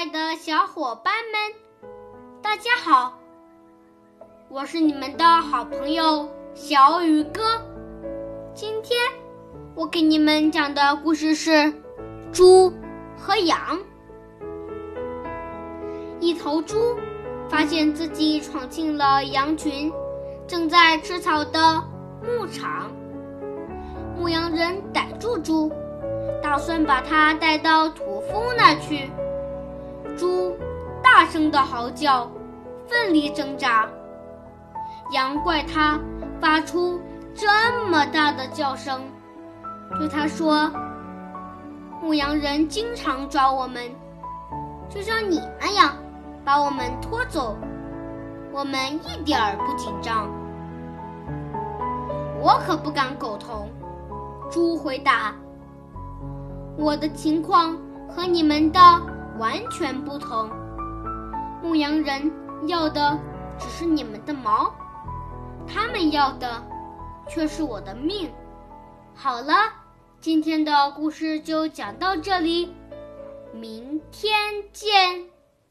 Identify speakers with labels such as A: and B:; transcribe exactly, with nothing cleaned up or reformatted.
A: 爱的小伙伴们，大家好，我是你们的好朋友小雨哥。今天我给你们讲的故事是猪和羊。一头猪发现自己闯进了羊群正在吃草的牧场，牧羊人逮住猪，打算把它带到屠夫那去。猪大声地嚎叫，奋力挣扎，羊怪它发出这么大的叫声，对他说：牧羊人经常抓我们，就像你那样把我们拖走，我们一点儿不紧张。我可不敢苟同，猪回答，我的情况和你们的完全不同，牧羊人要的只是你们的毛，他们要的却是我的命。好了，今天的故事就讲到这里，明天见。